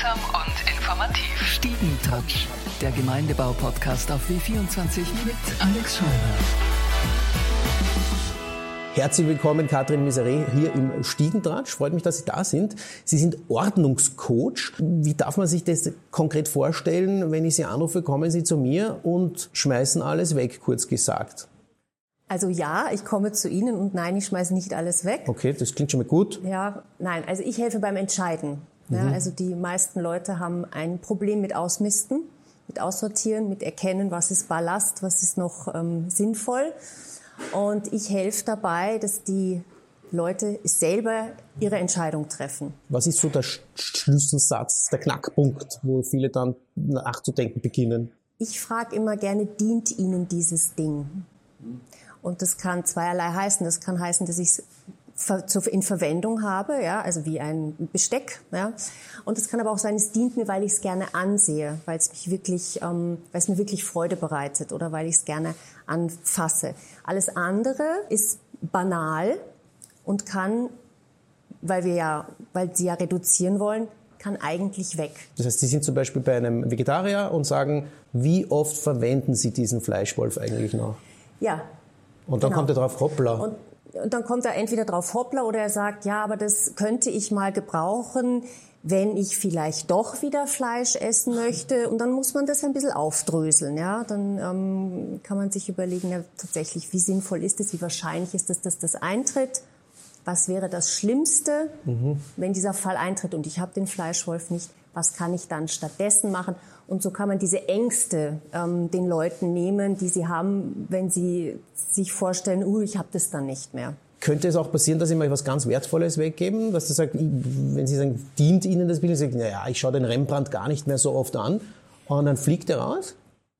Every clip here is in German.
Unterhaltsam und informativ. Stiegentouch, der Gemeindebau-Podcast auf W24 mit Alex Scheurer. Herzlich willkommen, Katrin Miseré, hier im Stiegentratsch. Freut mich, dass Sie da sind. Sie sind Ordnungscoach. Wie darf man sich das konkret vorstellen? Wenn ich Sie anrufe, kommen Sie zu mir und schmeißen alles weg, kurz gesagt. Also ja, ich komme zu Ihnen und nein, ich schmeiße nicht alles weg. Okay, das klingt schon mal gut. Ja, nein, also ich helfe beim Entscheiden. Ja, also die meisten Leute haben ein Problem mit Ausmisten, mit Aussortieren, mit Erkennen, was ist Ballast, was ist noch sinnvoll. Und ich helfe dabei, dass die Leute selber ihre Entscheidung treffen. Was ist so der Schlüsselsatz, der Knackpunkt, wo viele dann nachzudenken beginnen? Ich frage immer gerne, dient Ihnen dieses Ding? Und das kann zweierlei heißen. Das kann heißen, dass ich es in Verwendung habe, ja, also wie ein Besteck, ja. Und es kann aber auch sein, es dient mir, weil ich es gerne ansehe, weil es mir wirklich Freude bereitet oder weil ich es gerne anfasse. Alles andere ist banal und kann, weil Sie ja reduzieren wollen, kann eigentlich weg. Das heißt, Sie sind zum Beispiel bei einem Vegetarier und sagen, wie oft verwenden Sie diesen Fleischwolf eigentlich noch? Ja. Und dann kommt er drauf, hoppla. Und dann kommt er entweder drauf, hoppla, oder er sagt, ja, aber das könnte ich mal gebrauchen, wenn ich vielleicht doch wieder Fleisch essen möchte. Und dann muss man das ein bisschen aufdröseln. Ja? Dann kann man sich überlegen, ja, tatsächlich, wie sinnvoll ist es, wie wahrscheinlich ist es, dass das eintritt. Was wäre das Schlimmste, wenn dieser Fall eintritt und ich habe den Fleischwolf nicht? Was kann ich dann stattdessen machen? Und so kann man diese Ängste den Leuten nehmen, die sie haben, wenn sie sich vorstellen, ich habe das dann nicht mehr. Könnte es auch passieren, dass Sie mal etwas ganz Wertvolles weggeben? Dass Sie sagen, wenn Sie sagen, dient Ihnen das Bild, sagen, naja, ich schaue den Rembrandt gar nicht mehr so oft an und dann fliegt er raus?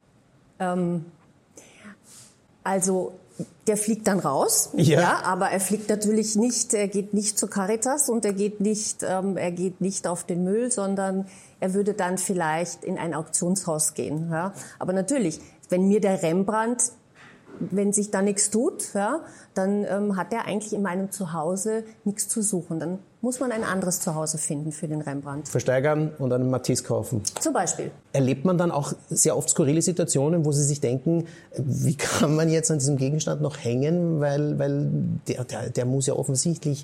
Also der fliegt dann raus, ja, aber er fliegt natürlich nicht, er geht nicht zu Caritas und er geht nicht auf den Müll, sondern er würde dann vielleicht in ein Auktionshaus gehen. Ja. Aber natürlich, wenn mir der Rembrandt, wenn sich da nichts tut, ja, dann hat er eigentlich in meinem Zuhause nichts zu suchen. Dann muss man ein anderes Zuhause finden für den Rembrandt. Versteigern und einen Matisse kaufen. Zum Beispiel. Erlebt man dann auch sehr oft skurrile Situationen, wo Sie sich denken, wie kann man jetzt an diesem Gegenstand noch hängen, weil der muss ja offensichtlich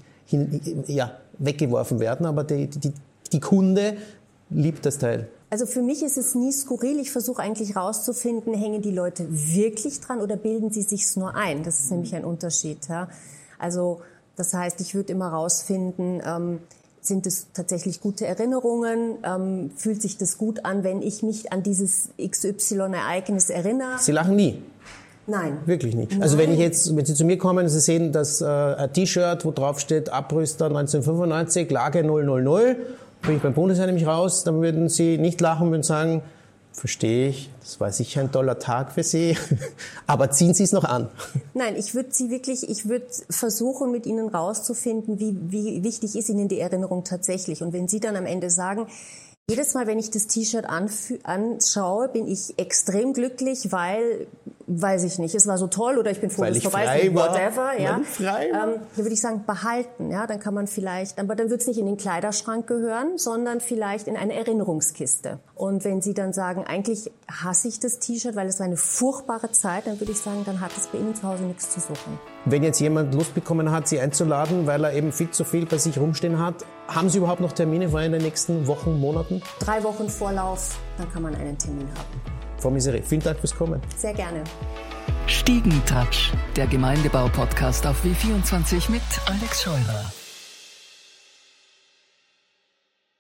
weggeworfen werden, aber die Kunde liebt das Teil. Also für mich ist es nie skurril. Ich versuche eigentlich rauszufinden, hängen die Leute wirklich dran oder bilden sie sich's nur ein? Das ist nämlich ein Unterschied. Ja? Also das heißt, ich würde immer rausfinden, sind es tatsächlich gute Erinnerungen? Fühlt sich das gut an, wenn ich mich an dieses XY-Ereignis erinnere? Sie lachen nie? Nein. Wirklich nicht? Nein. Also wenn Sie zu mir kommen und Sie sehen das ein T-Shirt, wo drauf steht Abrüster 1995, Lage 000, bin ich beim Bundesheer nämlich raus, dann würden Sie nicht lachen, würden sagen, verstehe ich, das war sicher ein toller Tag für Sie, aber ziehen Sie es noch an? Nein, ich würde versuchen, mit Ihnen rauszufinden, wie wichtig ist Ihnen die Erinnerung tatsächlich. Und wenn Sie dann am Ende sagen, jedes Mal, wenn ich das T-Shirt anschaue, bin ich extrem glücklich, weil, weiß ich nicht, es war so toll oder ich bin froh, dass es vorbei ist, whatever. Ja. Dann würde ich sagen, behalten. Ja, dann kann man vielleicht, aber dann wird es nicht in den Kleiderschrank gehören, sondern vielleicht in eine Erinnerungskiste. Und wenn Sie dann sagen, eigentlich hasse ich das T-Shirt, weil es war eine furchtbare Zeit, dann würde ich sagen, dann hat es bei Ihnen zu Hause nichts zu suchen. Wenn jetzt jemand Lust bekommen hat, Sie einzuladen, weil er eben viel zu viel bei sich rumstehen hat, haben Sie überhaupt noch Termine vor in den nächsten Wochen, Monaten? 3 Wochen Vorlauf, dann kann man einen Termin haben. Frau Miseré, vielen Dank fürs Kommen. Sehr gerne. Stiegentouch, der Gemeindebau-Podcast auf W24 mit Alex Scheurer.